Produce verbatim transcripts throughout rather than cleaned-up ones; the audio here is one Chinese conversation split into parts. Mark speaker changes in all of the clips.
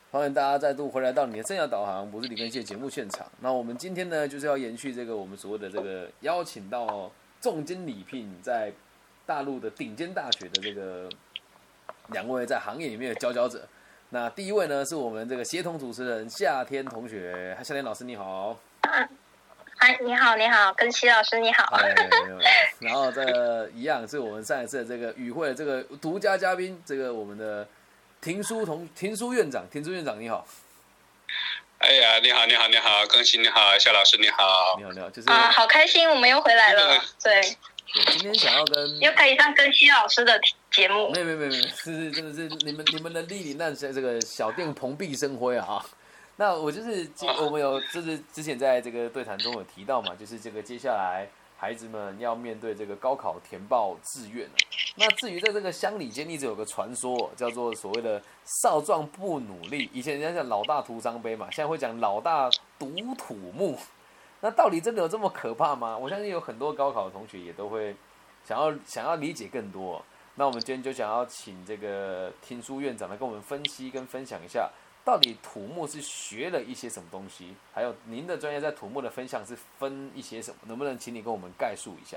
Speaker 1: 欢迎大家再度回来到你的生涯导航，我是李根熙的节目现场。那我们今天呢，就是要延续这个我们所谓的这个邀请到重金礼聘在大陆的顶尖大学的这个两位在行业里面的佼佼者。那第一位呢，是我们这个协同主持人夏天同学，夏天老师你好。
Speaker 2: 嗨，你好，你好，根熙老师你好。
Speaker 1: 哎，然后这个一样是我们上一次的这个与会的这个独家嘉宾，这个我们的庭书同庭书院长，庭书院长你好。
Speaker 3: 哎呀，你好，你好，你好，根熙你好，夏老师你好。
Speaker 1: 你好，你好，就是
Speaker 2: 啊，好开心，我们又回来了。对，
Speaker 1: 今天想要跟
Speaker 2: 又可以上根熙老师的节目。
Speaker 1: 没有没有没有，是真的是你们你们的莅临让这个小店蓬荜生辉啊。那我就是我们有就是之前在这个对谈中有提到嘛，就是这个接下来孩子们要面对这个高考填报志愿。那至于在这个乡里间一直有个传说，叫做所谓的少壮不努力，以前人家讲老大徒伤悲嘛，现在会讲老大读土木。那到底真的有这么可怕吗？我相信有很多高考的同学也都会想要想要理解更多。那我们今天就想要请这个庭书院长来跟我们分析跟分享一下，到底土木是学了一些什么东西，还有您的专业在土木的分项是分一些什么，能不能请你跟我们概述一下？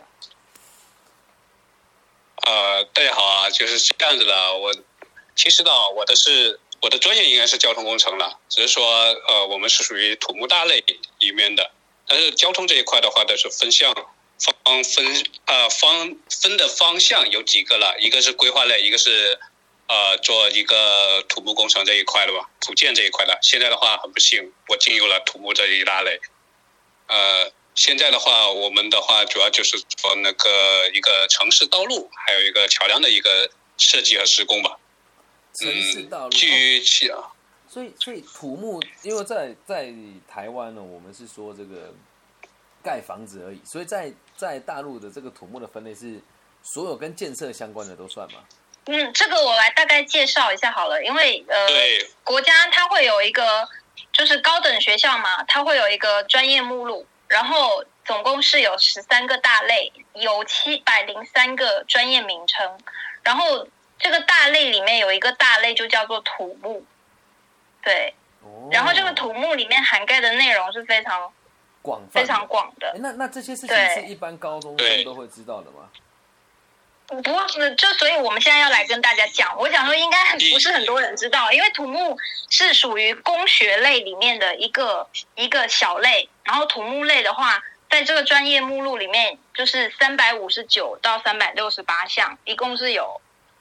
Speaker 3: 呃，大家好啊，就是这样子的。我其实呢，我的是我的专业应该是交通工程了，只是说呃，我们是属于土木大类里面的，但是交通这一块的话，它是分项方分呃方分的方向有几个了，一个是规划类，一个是呃做一个土木工程这一块的吧，土建这一块的。现在的话，很不幸，我进入了土木这一大类，呃。现在的话，我们的话主要就是做那个一个城市道路，还有一个桥梁的一个设计和施工吧。
Speaker 1: 城市道路。
Speaker 3: 基于其啊，
Speaker 1: 所以所以土木，因为在在台湾呢，我们是说这个盖房子而已，所以在在大陆的这个土木的分类是所有跟建设相关的都算吗？
Speaker 2: 嗯，这个我来大概介绍一下好了，因为呃，国家它会有一个就是高等学校嘛，它会有一个专业目录。然后总共是有十三个大类，有七百零三个专业名称。然后这个大类里面有一个大类就叫做土木，对。哦、然后这个土木里面涵盖的内容是非常
Speaker 1: 广
Speaker 2: 非常广的。
Speaker 1: 那那这些事情是一般高中生都会知道的吗？
Speaker 2: 不是，就所以我们现在要来跟大家讲，我想说应该不是很多人知道，因为土木是属于工学类里面的一个一个小类，然后土木类的话，在这个专业目录里面就是三百五十九到三百六十八项，一共是有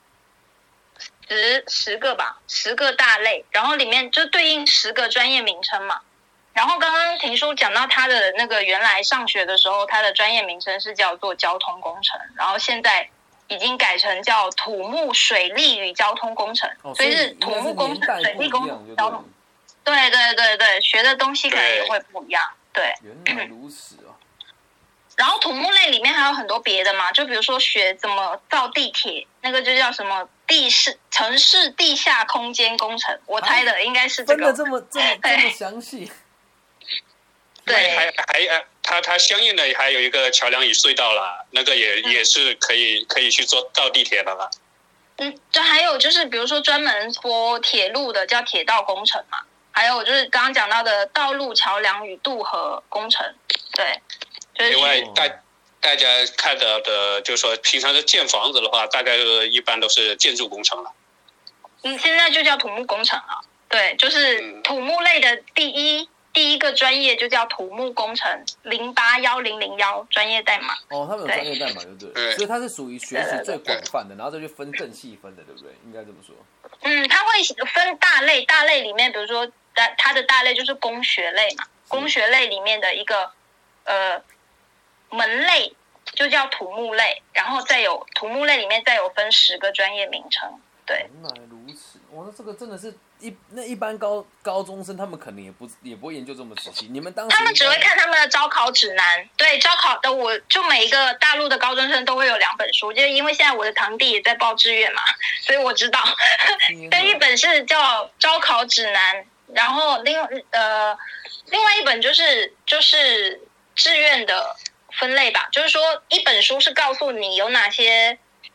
Speaker 2: 十十个吧，十个大类，然后里面就对应十个专业名称嘛。然后刚刚庭书讲到他的那个原来上学的时候，他的专业名称是叫做交通工程，然后现在已经改成叫土木水利与交通工程，
Speaker 1: 哦、
Speaker 2: 所以是土木工程、水利工程、交通。对对对对，学的东西可能也会不一样。对，
Speaker 1: 原来如此哦。
Speaker 2: 然后土木类里面还有很多别的嘛，就比如说学怎么造地铁，那个就叫什么地市城市地下空间工程，我猜的应该是这个。
Speaker 1: 分的这么这么这么详细。
Speaker 2: 对，
Speaker 3: 还还它它相应的还有一个桥梁与隧道啦，那个也、嗯、也是可以可以去做造地铁的啦。
Speaker 2: 嗯，就还有就是比如说专门做铁路的叫铁道工程嘛，还有就是刚刚讲到的道路桥梁与渡河工程，对。就是、
Speaker 3: 另外大大家看到的，就是说平常是建房子的话，大概一般都是建筑工程了。
Speaker 2: 嗯，现在就叫土木工程了。对，就是土木类的第一。嗯第一个专业就叫土木工程零八一零零一专业代码。
Speaker 1: 哦，他们有专业代码，对不对？所以它是属于学习最广泛的，然后再去分更细分的，对不对？应该这么说。
Speaker 2: 嗯，它会分大类，大类里面，比如说它的大类就是工学类嘛，工学类里面的一个呃门类就叫土木类，然后再有土木类里面再有分十个专业名称。对，
Speaker 1: 原来如此。哇，那这个真的是一那一般高高中生他们可能也不也不会研究这么仔细。你们当时
Speaker 2: 他们只会看他们的招考指南。对，招考的我就每一个大陆的高中生都会有两本书，就是因为现在我的堂弟也在报志愿嘛，所以我知道。但一本是叫招考指南，然后另呃另外一本就是就是志愿的分类吧，就是说一本书是告诉你有哪些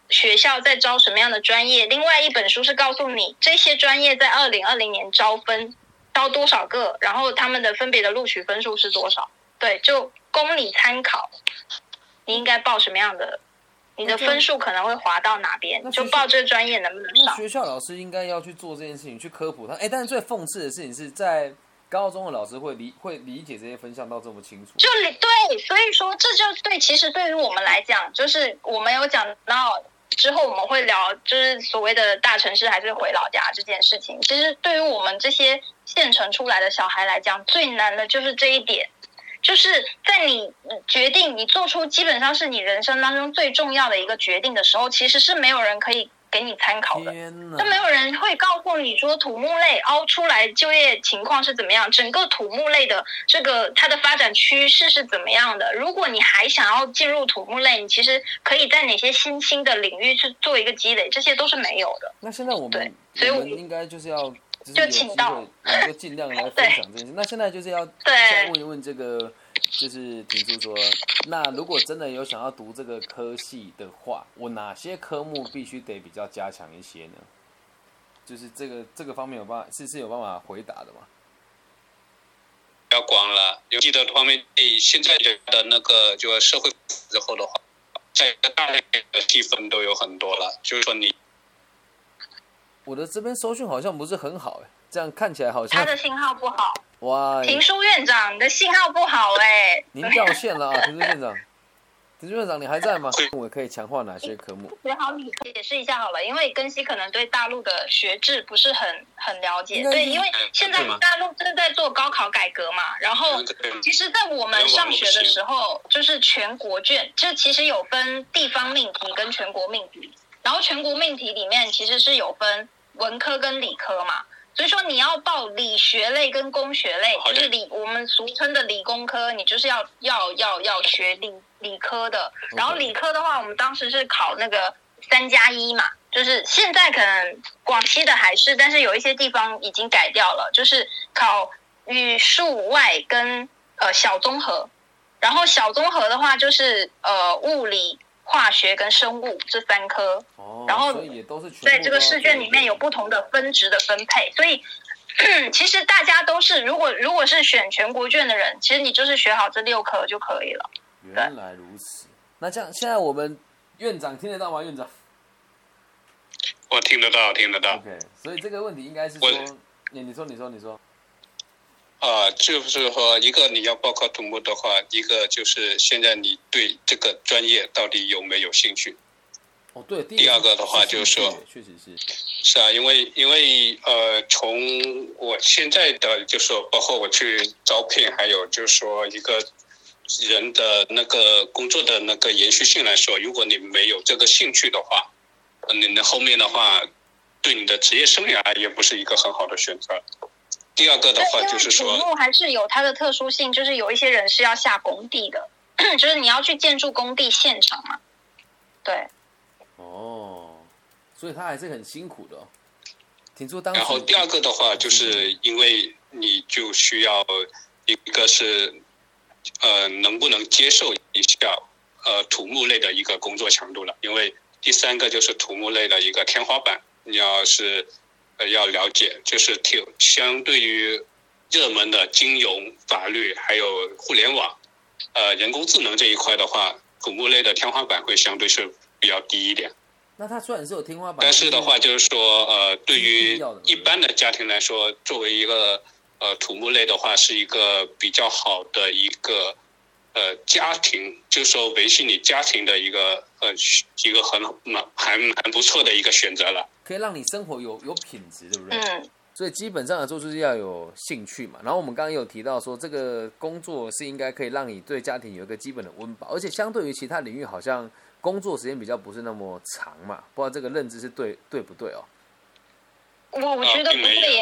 Speaker 2: 学校在招什么样的专业，另外一本书是告诉你这些专业在二零二零年招分招多少个，然后他们的分别的录取分数是多少。对，就供你参考，你应该报什么样的，你的分数可能会滑到哪边，就报这个专业能不能上。
Speaker 1: 那学校老师应该要去做这件事情，去科普他。哎，但是最讽刺的事情是在高中的老师会理会理解这些分项到这么清楚。
Speaker 2: 就对，所以说这就对，其实对于我们来讲，就是我们有讲到之后我们会聊，就是所谓的大城市还是回老家这件事情。其实对于我们这些县城出来的小孩来讲，最难的就是这一点。就是在你决定你做出基本上是你人生当中最重要的一个决定的时候，其实是没有人可以给你参考的，就没有人会告诉你说土木类凹出来就业情况是怎么样，整个土木类的这个它的发展趋势是怎么样的。如果你还想要进入土木类，你其实可以在哪些新兴的领域去做一个积累，这些都是没有的。
Speaker 1: 那现在我们
Speaker 2: 对，所以
Speaker 1: 我们应该就是要
Speaker 2: 就请到，
Speaker 1: 你就尽量来分享这件事。那现在就是要再问一问这个，就是提出说，那如果真的有想要读这个科系的话，我哪些科目必须得比较加强一些呢？就是这个这个方面有办法是是有办法回答的吗？
Speaker 3: 比较广了，尤其的方面，现在的那个就社会之后的话，在大类的细分都有很多了，就是说你。
Speaker 1: 我的这边收讯好像不是很好哎，这样看起来好像
Speaker 2: 他的信号不好。
Speaker 1: 哇，
Speaker 2: 评书院长，你的信号不好哎。
Speaker 1: 您掉线了啊，评书院长。评书院长，你还在吗？我可以强化哪些科目？
Speaker 2: 学好，你解释一下好了，因为根熙可能对大陆的学制不是很很了解。对，因为现在大陆正在做高考改革嘛，然后其实，在我们上学的时候，就是全国卷，就其实有分地方命题跟全国命题，然后全国命题里面其实是有分文科跟理科嘛，所以说你要报理学类跟工学类，就是理我们俗称的理工科，你就是要要要要学理理科的。然后理科的话，我们当时是考那个三加一嘛，就是现在可能广西的还是，但是有一些地方已经改掉了，就是考语数外跟呃小综合。然后小综合的话就是呃物理、化学跟生物这三科。
Speaker 1: 哦，
Speaker 2: 然后在这个试卷里面有不同的分值的分配，所以其实大家都是，如果如果是选全国卷的人，其实你就是学好这六科就可以了。
Speaker 1: 原来如此。那这样，现在我们院长听得到吗？院长？
Speaker 3: 我听得到，听得到。
Speaker 1: OK， 所以这个问题应该是说，你你说你说你说。
Speaker 3: 啊、呃，就是说，一个你要报考土木的话，一个就是现在你对这个专业到底有没有兴趣？
Speaker 1: 哦，对。
Speaker 3: 第二个的话就是说，
Speaker 1: 确实是。
Speaker 3: 是啊，因为因为呃，从我现在的就是说，包括我去招聘，还有就是说一个人的那个工作的那个延续性来说，如果你没有这个兴趣的话，你的后面的话，对你的职业生涯也不是一个很好的选择。第二个的话就是说，
Speaker 2: 土木还是有它的特殊性，就是有一些人是要下工地的，就是你要去建筑工地现场嘛。对。
Speaker 1: 哦，所以他还是很辛苦的、哦。听说当时。
Speaker 3: 然后第二个的话，就是因为你就需要一个是，呃，能不能接受一下呃土木类的一个工作强度了，因为第三个就是土木类的一个天花板，你要是。呃，要了解，就是挺相对于热门的金融、法律还有互联网，呃，人工智能这一块的话，土木类的天花板会相对是比较低一点。
Speaker 1: 那它虽然是有天花板，
Speaker 3: 但是的话就是说，呃，对于一般的家庭来说，作为一个呃土木类的话，是一个比较好的一个呃家庭，就是说维系你家庭的一个呃一个很蛮还蛮不错的一个选择了。
Speaker 1: 可以让你生活有有品质，对不对？
Speaker 2: 嗯。
Speaker 1: 所以基本上来说就是要有兴趣嘛。然后我们刚刚有提到说，这个工作是应该可以让你对家庭有一个基本的温饱，而且相对于其他领域，好像工作时间比较不是那么长嘛。不知道这个认知是对对不对哦？
Speaker 2: 我我觉得不对耶，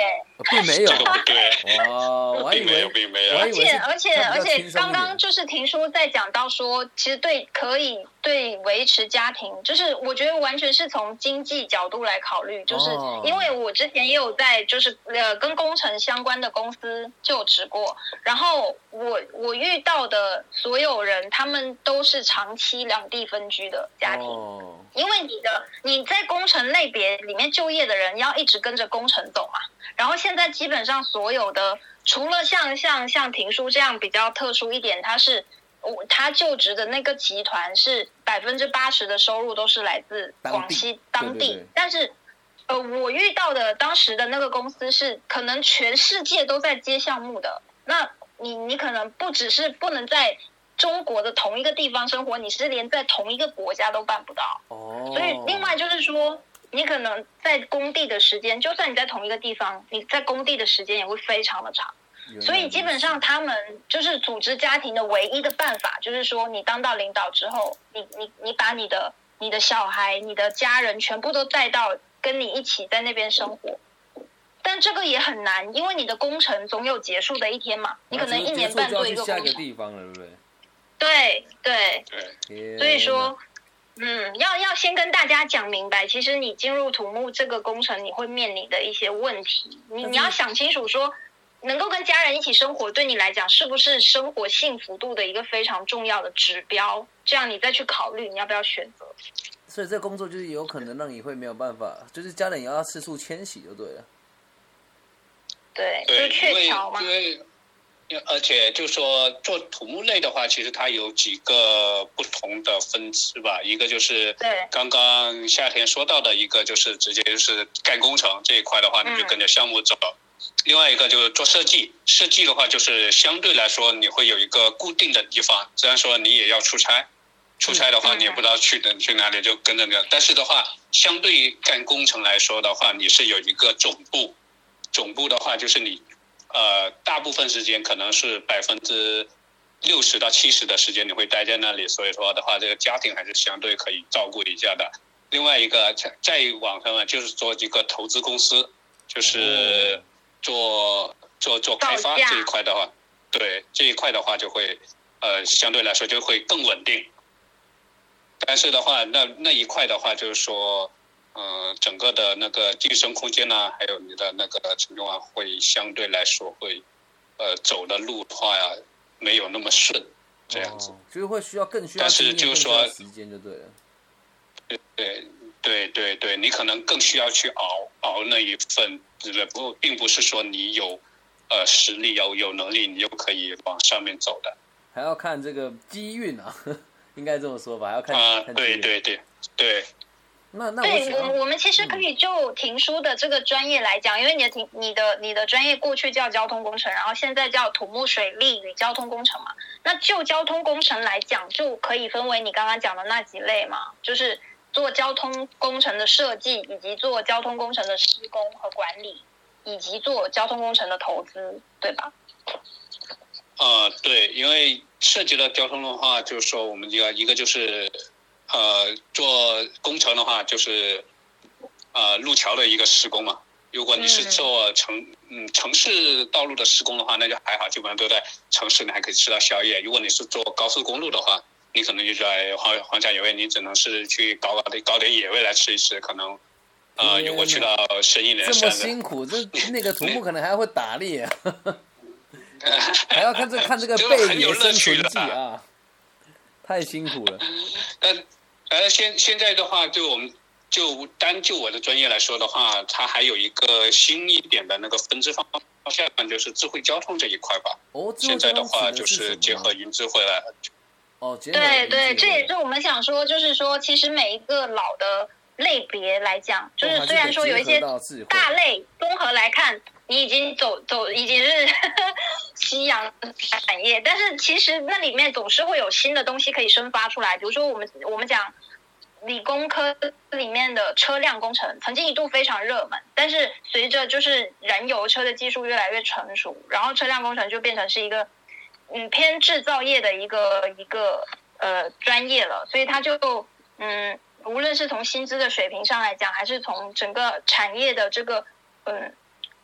Speaker 1: 并没有，
Speaker 3: 这个不对。
Speaker 1: 哇，我还以为，
Speaker 3: 并没有，
Speaker 2: 而且而且而且，刚刚就是庭叔在讲到说，其实对可以对维持家庭，就是我觉得完全是从经济角度来考虑，就是因为我之前也有在就是呃跟工程相关的公司就职过，然后我我遇到的所有人，他们都是长期两地分居的家庭，哦、因为你的你在工程类别里面就业的人要一直跟着工程走嘛。然后现在基本上所有的，除了像像像庭叔这样比较特殊一点，他是他就职的那个集团是百分之八十的收入都是来自广西当地，
Speaker 1: 当地对对对
Speaker 2: 但是呃我遇到的当时的那个公司是可能全世界都在接项目的，那你你可能不只是不能在中国的同一个地方生活，你是连在同一个国家都办不到。哦，所以另外就是说。你可能在工地的时间，就算你在同一个地方，你在工地的时间也会非常的长。所以基本上他们就是组织家庭的唯一的办法，就是说你当到领导之后，你你你把你的你的小孩、你的家人全部都带到跟你一起在那边生活。但这个也很难，因为你的工程总有结束的一天嘛。你可能一年半做一个工程。
Speaker 1: 下一个地方了，对不对？
Speaker 2: 对对对，所以说。嗯，要要先跟大家讲明白，其实你进入土木这个工程，你会面临的一些问题，你你要想清楚说，能够跟家人一起生活，对你来讲是不是生活幸福度的一个非常重要的指标？这样你再去考虑你要不要选择。
Speaker 1: 所以这工作就是有可能让你会没有办法，就是家人也要四处迁徙就对了。
Speaker 2: 对，就是鹊桥嘛。
Speaker 3: 而且就说做土木类的话，其实它有几个不同的分支吧。一个就是刚刚夏天说到的一个，就是直接就是干工程这一块的话，你就跟着项目走。嗯、另外一个就是做设计，设计的话就是相对来说你会有一个固定的地方，虽然说你也要出差，出差的话你也不知道去的去哪里，就跟着那个。但是的话，相对于干工程来说的话，你是有一个总部，总部的话就是你。呃，大部分时间可能是百分之六十到七十的时间你会待在那里，所以说的话，这个家庭还是相对可以照顾一下的。另外一个再往上呢，就是做一个投资公司，就是做做做开发这一块的话，对这一块的话就会呃相对来说就会更稳定。但是的话，那那一块的话就是说。呃，整个的那个晋升空间呢、啊，还有你的那个成就啊，会相对来说会，呃，走的路的话呀，没有那么顺，这样子。
Speaker 1: 哦、就是会需要更需要，
Speaker 3: 但是就是说
Speaker 1: 时间就对了。
Speaker 3: 对对对对对，你可能更需要去熬熬那一份，不，并不是说你有，呃，实力有有能力，你就可以往上面走的。
Speaker 1: 还要看这个机运啊，应该这么说吧，还要看。
Speaker 3: 啊、呃，对对对对。
Speaker 1: 那那
Speaker 2: 对我我们其实可以就庭叔的这个专业来讲，嗯、因为你的庭你的你的专业过去叫交通工程，然后现在叫土木水利与交通工程嘛。那就交通工程来讲，就可以分为你刚刚讲的那几类嘛，就是做交通工程的设计，以及做交通工程的施工和管理，以及做交通工程的投资，对吧？
Speaker 3: 呃，对，因为涉及到交通的话，就是说我们一个一个就是。呃，做工程的话，就是呃路桥的一个施工嘛。如果你是做城嗯城市道路的施工的话，那就还好，基本上都在城市，你还可以吃到宵夜。如果你是做高速公路的话，你可能就在荒荒郊野外，你只能是去搞搞搞点野味来吃一吃，可能呃如果去到深一点的
Speaker 1: 这么辛苦，这那个土木可能还会打猎、啊，还要看这看这个贝野生存记啊，太辛苦了。
Speaker 3: 但呃，现现在的话，就我们就单就我的专业来说的话，它还有一个新一点的那个分支方向，就是智慧交通这一块吧。
Speaker 1: 哦，
Speaker 3: 现在的话就是结合云智慧了。
Speaker 1: 哦，结
Speaker 2: 合对对，这也是我们想说，就是说，其实每一个老的类别来讲，就是虽然说有一些大类综合来看，你已经走走已经是夕阳产业，但是其实那里面总是会有新的东西可以生发出来。比如说我们我们讲理工科里面的车辆工程，曾经一度非常热门，但是随着就是燃油车的技术越来越成熟，然后车辆工程就变成是一个嗯偏制造业的一个一个呃专业了，所以它就嗯无论是从薪资的水平上来讲，还是从整个产业的这个嗯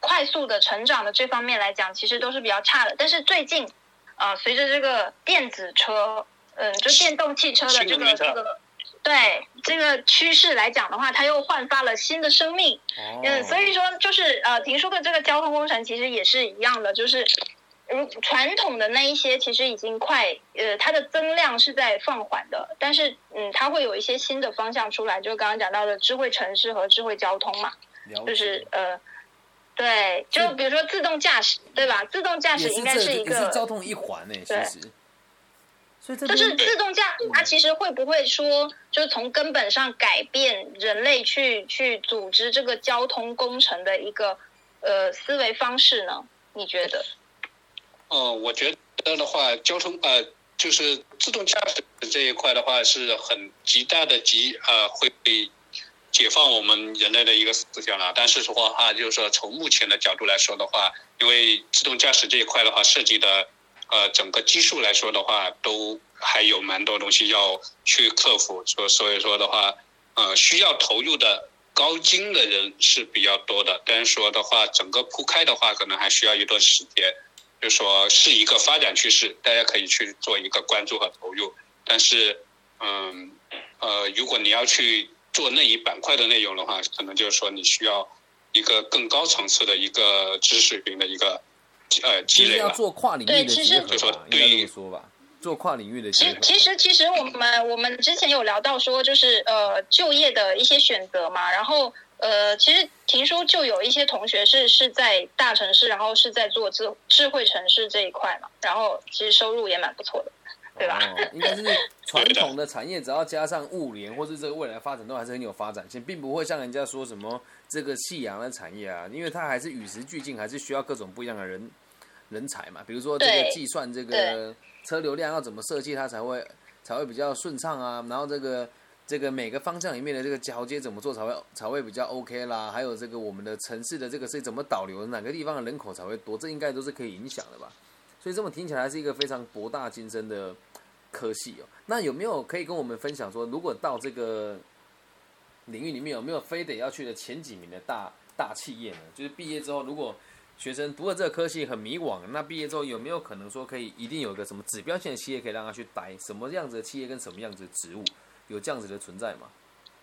Speaker 2: 快速的成长的这方面来讲，其实都是比较差的。但是最近，呃，随着这个电子车，嗯、呃，就电动汽车的这个这个，对这个趋势来讲的话，它又焕发了新的生命。嗯、呃，所以说就是呃，婷叔的这个交通工程其实也是一样的，就是如传统的那一些其实已经快，呃，它的增量是在放缓的，但是嗯，它会有一些新的方向出来，就刚刚讲到的智慧城市和智慧交通嘛，就是呃。对，就比如说自动驾驶，对吧？自动驾驶应该是一个
Speaker 1: 也是交通一环呢、欸，其实。所以这
Speaker 2: 就是自动驾驶，它其实会不会说，就是从根本上改变人类去去组织这个交通工程的一个呃思维方式呢？你觉得？
Speaker 3: 呃，我觉得的话，交通呃，就是自动驾驶这一块的话，是很极大的极呃会。解放我们人类的一个思想了，但是说话就是说，从目前的角度来说的话，因为自动驾驶这一块的话，涉及的呃整个技术来说的话，都还有蛮多东西要去克服，所所以说的话，呃，需要投入的高精的人是比较多的，但是说的话，整个铺开的话，可能还需要一段时间，就是说是一个发展趋势，大家可以去做一个关注和投入，但是嗯呃，如果你要去做那一板块的内容的话，可能就是说你需要一个更高层次的一个知识水平的一个呃积累了。
Speaker 1: 要做跨领域的结合吧，
Speaker 3: 就说
Speaker 1: 应该这么说吧，做跨领域的结合。
Speaker 2: 其实其实我们我们之前有聊到说，就是呃就业的一些选择嘛，然后呃其实听说就有一些同学是是在大城市，然后是在做智智慧城市这一块嘛，然后其实收入也蛮不错的。对吧？
Speaker 1: 哦，应该是传统的产业，只要加上物联或是这个未来发展，都还是很有发展性，并不会像人家说什么这个夕阳的产业啊，因为它还是与时俱进，还是需要各种不一样的人人才嘛。比如说这个计算这个车流量要怎么设计，它才会才会比较顺畅啊。然后这个这个每个方向里面的这个交接怎么做才会才会比较 OK 啦。还有这个我们的城市的这个是怎么导流，哪个地方的人口才会多，这应该都是可以影响的吧。所以这么听起来是一个非常博大精深的科系哦。那有没有可以跟我们分享说，如果到这个领域里面有没有非得要去的前几名的大大企业呢？就是毕业之后，如果学生读了这个科系很迷惘，那毕业之后有没有可能说可以一定有一个什么指标性的企业可以让他去待？什么样子的企业跟什么样子的职务有这样子的存在吗？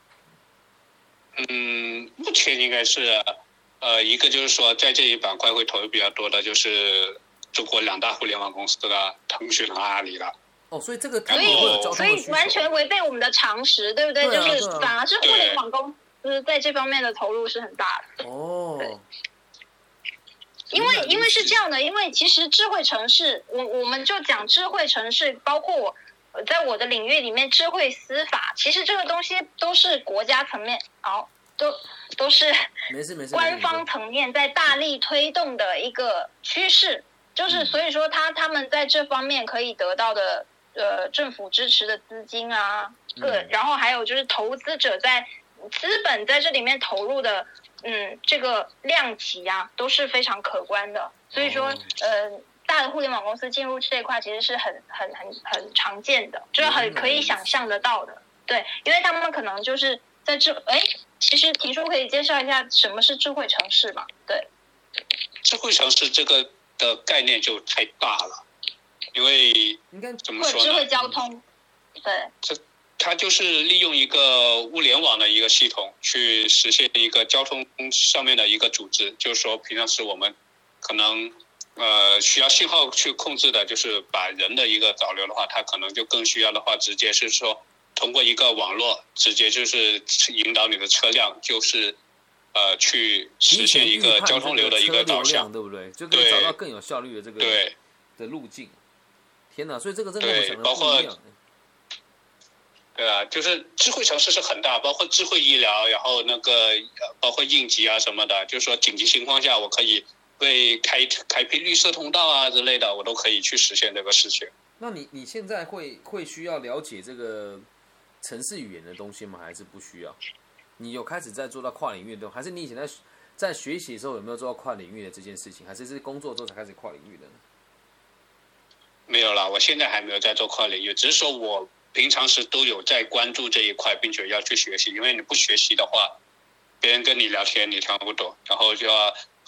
Speaker 3: 嗯，目前应该是呃一个就是说在这一板块会投入比较多的就是中国两大互联网公司的腾讯和阿里了。
Speaker 1: 哦，所以这个
Speaker 2: 所以所以完全违背我们的常识，对不对？
Speaker 1: 对啊、
Speaker 2: 就是反而是互联网公司在这方面的投入是很大的。
Speaker 1: 哦，
Speaker 2: 因为因为是这样的，因为其实智慧城市，我我们就讲智慧城市，包括我在我的领域里面，智慧司法，其实这个东西都是国家层面，好、哦，都都是官方层面在大力推动的一个趋势，就是所以说他他们在这方面可以得到的。呃，政府支持的资金啊，对，然后还有就是投资者在资本在这里面投入的，嗯，这个量级啊，都是非常可观的。所以说，呃，大的互联网公司进入这一块其实是很很很很常见的，就是很可以想象得到的。对，因为他们可能就是在这，哎，其实婷叔可以介绍一下什么是智慧城市嘛？对，
Speaker 3: 智慧城市这个的概念就太大了。因为怎么说呢？
Speaker 2: 智慧交通，对，
Speaker 3: 这它就是利用一个物联网的一个系统去实现一个交通上面的一个组织。就是说，平常时我们可能呃需要信号去控制的，就是把人的一个导流的话，它可能就更需要的话，直接是说通过一个网络，直接就是引导你的车辆，就是呃去实现一个交通流的一个导向，
Speaker 1: 对不对？就可以找到更有效率的这个
Speaker 3: 对
Speaker 1: 的路径。天哪！所以这个真的我想的不一样。
Speaker 3: 对啊，就是智慧城市是很大，包括智慧医疗，然后那个包括应急啊什么的，就是说紧急情况下，我可以为开开辟绿色通道啊之类的，我都可以去实现这个事情。
Speaker 1: 那你你现在会会需要了解这个程式语言的东西吗？还是不需要？你有开始在做到跨领域的，还是你以前在在学习的时候有没有做到跨领域的这件事情？还是是工作之后才开始跨领域的呢？
Speaker 3: 没有啦，我现在还没有在做跨领域，只是说我平常时都有在关注这一块，并且要去学习。因为你不学习的话，别人跟你聊天你听不懂，然后就要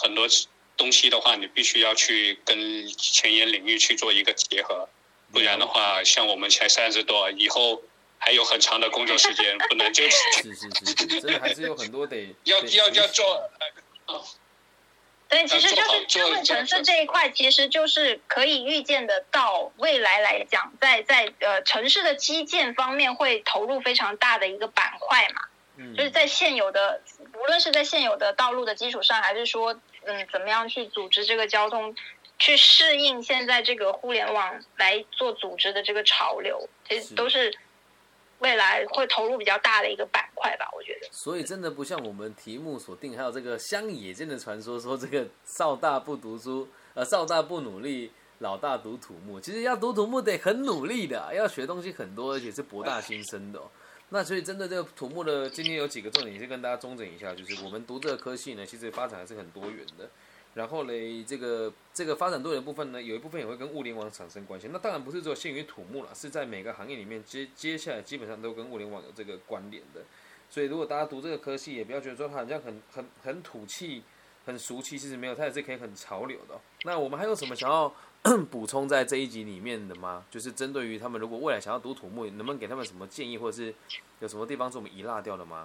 Speaker 3: 很多东西的话，你必须要去跟前沿领域去做一个结合，不然的话，像我们才三十多，以后还有很长的工作时间，不能就
Speaker 1: 是是是是，真的还是有很多得
Speaker 3: 要要要做。呃
Speaker 2: 对，其实就是智慧城市这一块，其实就是可以预见得到未来来讲，在在呃城市的基建方面会投入非常大的一个板块嘛。嗯，就是在现有的，无论是在现有的道路的基础上，还是说嗯怎么样去组织这个交通，去适应现在这个互联网来做组织的这个潮流，其实都是未来会投入比较大的一个板块吧，我觉得。
Speaker 1: 所以真的不像我们题目所定，还有这个乡野间的传说，说这个少大不读书，呃，少大不努力，老大读土木。其实要读土木得很努力的，要学东西很多，而且是博大精深的、哦。那所以针对这个土木的，今天有几个重点，也是跟大家中整一下，就是我们读这个科系呢，其实发展还是很多元的。然后嘞，这个这个发展多元的部分呢，有一部分也会跟物联网产生关系。那当然不是只有限于土木啦，是在每个行业里面接接下来基本上都跟物联网有这个关联的。所以如果大家读这个科系，也不要觉得说它好像很很很土气、很俗气，其实没有，它也是可以很潮流的、哦。那我们还有什么想要补充在这一集里面的吗？就是针对于他们如果未来想要读土木，能不能给他们什么建议，或者是有什么地方是我们遗落掉的吗？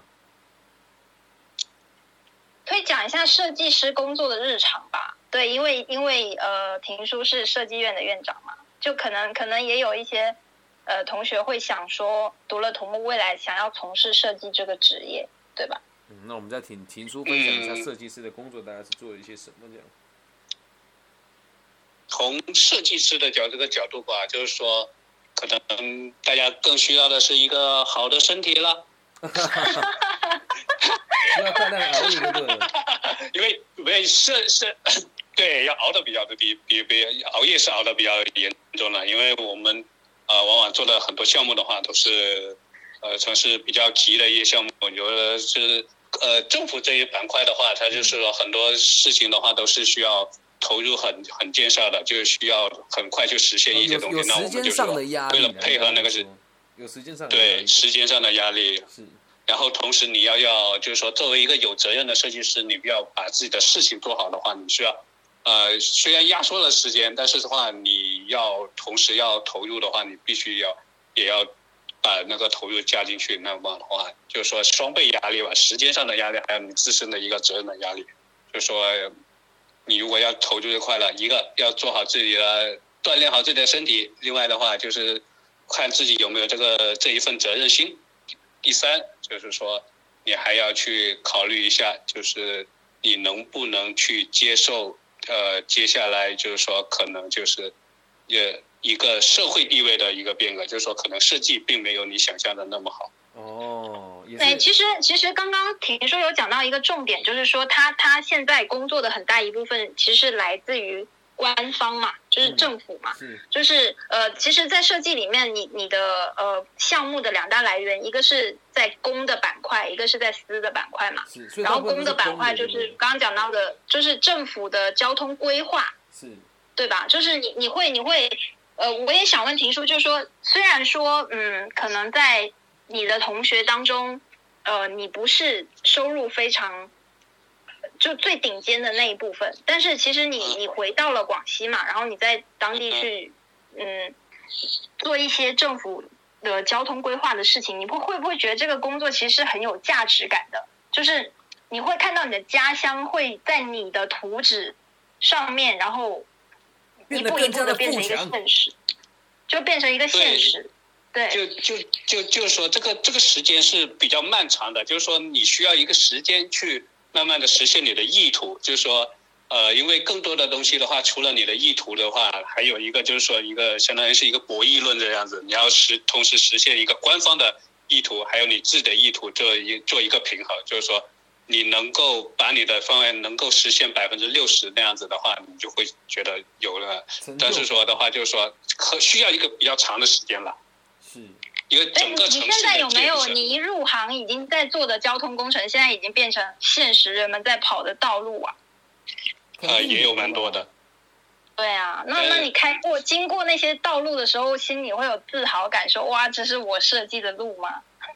Speaker 2: 可以讲一下设计师工作的日常吧。对，因为因为呃，庭叔是设计院的院长嘛，就可能可能也有一些呃同学会想说，读了土木未来想要从事设计这个职业，对吧？
Speaker 1: 嗯，那我们再听庭叔分享一下设计师的工作，大概是做了一些什么这样。
Speaker 3: 从设计师的角这个角度吧，就是说，可能大家更需要的是一个好的身体了。
Speaker 1: 要大量熬夜对了。
Speaker 3: 因为因为是是，对，要熬的比较的比比比熬夜是熬的比较严重的，因为我们啊、呃、往往做的很多项目的话都是呃城市比较急的一些项目，有的是呃政府这一板块的话，它就是说很多事情的话都是需要投入很很建设的，就需要很快就实现一些东西。那我们就是为了配合那个是
Speaker 1: 有时间上
Speaker 3: 的对时间上的压力
Speaker 1: 是。
Speaker 3: 然后同时你要要就是说作为一个有责任的设计师，你不要把自己的事情做好的话，你需要呃虽然压缩了时间，但是的话你要同时要投入的话，你必须要也要把那个投入加进去。那么的话就是说双倍压力吧，时间上的压力还有你自身的一个责任的压力。就是说你如果要投入这块了，一个要做好自己的锻炼好自己的身体，另外的话就是看自己有没有这个这一份责任心。第三就是说你还要去考虑一下，就是你能不能去接受呃接下来就是说可能就是也一个社会地位的一个变革，就是说可能设计并没有你想象的那么好。
Speaker 1: 哦，
Speaker 2: 对，其实其实刚刚庭叔有讲到一个重点，就是说他他现在工作的很大一部分其实是来自于官方嘛，就是政府嘛，
Speaker 1: 嗯、是
Speaker 2: 就是呃，其实，在设计里面，你你的呃项目的两大来源，一个是在公的板块，一个是在私的板块嘛。
Speaker 1: 是，
Speaker 2: 然后公的板块就是刚刚讲到的，就是政府的交通规划，
Speaker 1: 是，
Speaker 2: 对吧？就是你你会你会呃，我也想问庭叔，就是说，虽然说嗯，可能在你的同学当中，呃，你不是收入非常。就最顶尖的那一部分，但是其实你你回到了广西嘛，然后你在当地去嗯做一些政府的交通规划的事情，你会会不会觉得这个工作其实是很有价值感的？就是你会看到你的家乡会在你的图纸上面，然后一步一步的变成一个现实，就变成一个现实。对，
Speaker 3: 就就就就是说这个这个时间是比较漫长的，就是说你需要一个时间去。慢慢的实现你的意图，就是说，呃，因为更多的东西的话，除了你的意图的话，还有一个就是说，一个相当于是一个博弈论这样子，你要实同时实现一个官方的意图，还有你自己的意图，做一做一个平衡，就是说，你能够把你的方案能够实现百分之六十那样子的话，你就会觉得有了。但是说的话，就是说，需要一个比较长的时间了。
Speaker 1: 是。
Speaker 3: 一个整个城市的
Speaker 2: 你现在有没有你一入行已经在做的交通工程，现在已经变成现实人们在跑的道路啊？
Speaker 3: 呃，也有蛮多的。
Speaker 2: 对啊，那那你开过经过那些道路的时候，心里会有自豪感，说哇，这是我设计的路吗？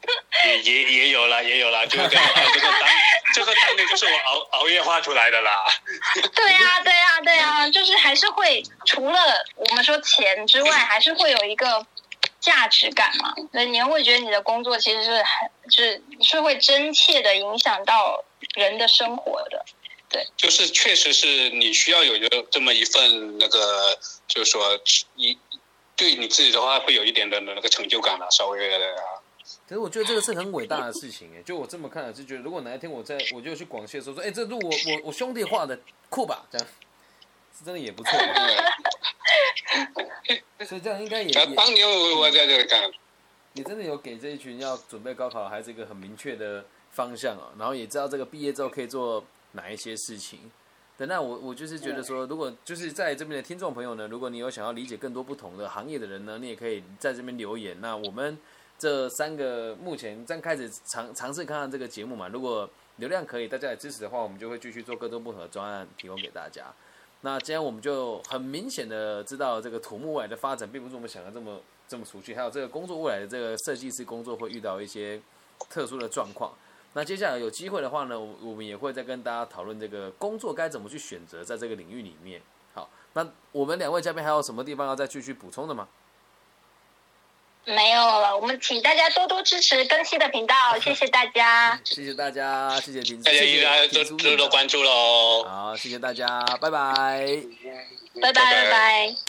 Speaker 3: 也也也有啦，也有啦，就是这个这个当这个当年就是我熬熬夜画出来的啦。
Speaker 2: 对呀，对呀，对呀，就是还是会除了我们说钱之外，还是会有一个价值感嘛。所以你会觉得你的工作其实是很是是会真切的影响到人的生活的。对，
Speaker 3: 就是确实是你需要有一个这么一份那个，就是说一对你自己的话会有一点的那个成就感啦，稍微的啊。
Speaker 1: 可是我觉得这个是很伟大的事情哎，就我这么看，是觉得如果哪一天我在我就去广西的时候说，哎，这路我我我兄弟画的酷吧，这样是真的也不错。所以这样应该也也。
Speaker 3: 当年我在这里干。
Speaker 1: 你真的有给这一群要准备高考的孩子一个很明确的方向啊，然后也知道这个毕业之后可以做哪一些事情。那我我就是觉得说，如果就是在这边的听众朋友呢，如果你有想要理解更多不同的行业的人呢，你也可以在这边留言。那我们这三个目前刚开始尝尝试看看这个节目嘛，如果流量可以，大家也支持的话，我们就会继续做更多不同的专案提供给大家。那今天我们就很明显的知道，这个土木未来的发展并不是我们想的这么这么熟悉，还有这个工作未来的这个设计师工作会遇到一些特殊的状况。那接下来有机会的话呢，我们也会再跟大家讨论这个工作该怎么去选择，在这个领域里面。好，那我们两位嘉宾还有什么地方要再继续补充的吗？
Speaker 2: 没有了，我们请大家多多支持更新的频道，谢谢大家，
Speaker 1: 谢谢大家，谢谢听，
Speaker 3: 大家依然多多多关注喽。
Speaker 1: 好，谢谢大家，拜拜，
Speaker 2: 拜拜拜拜。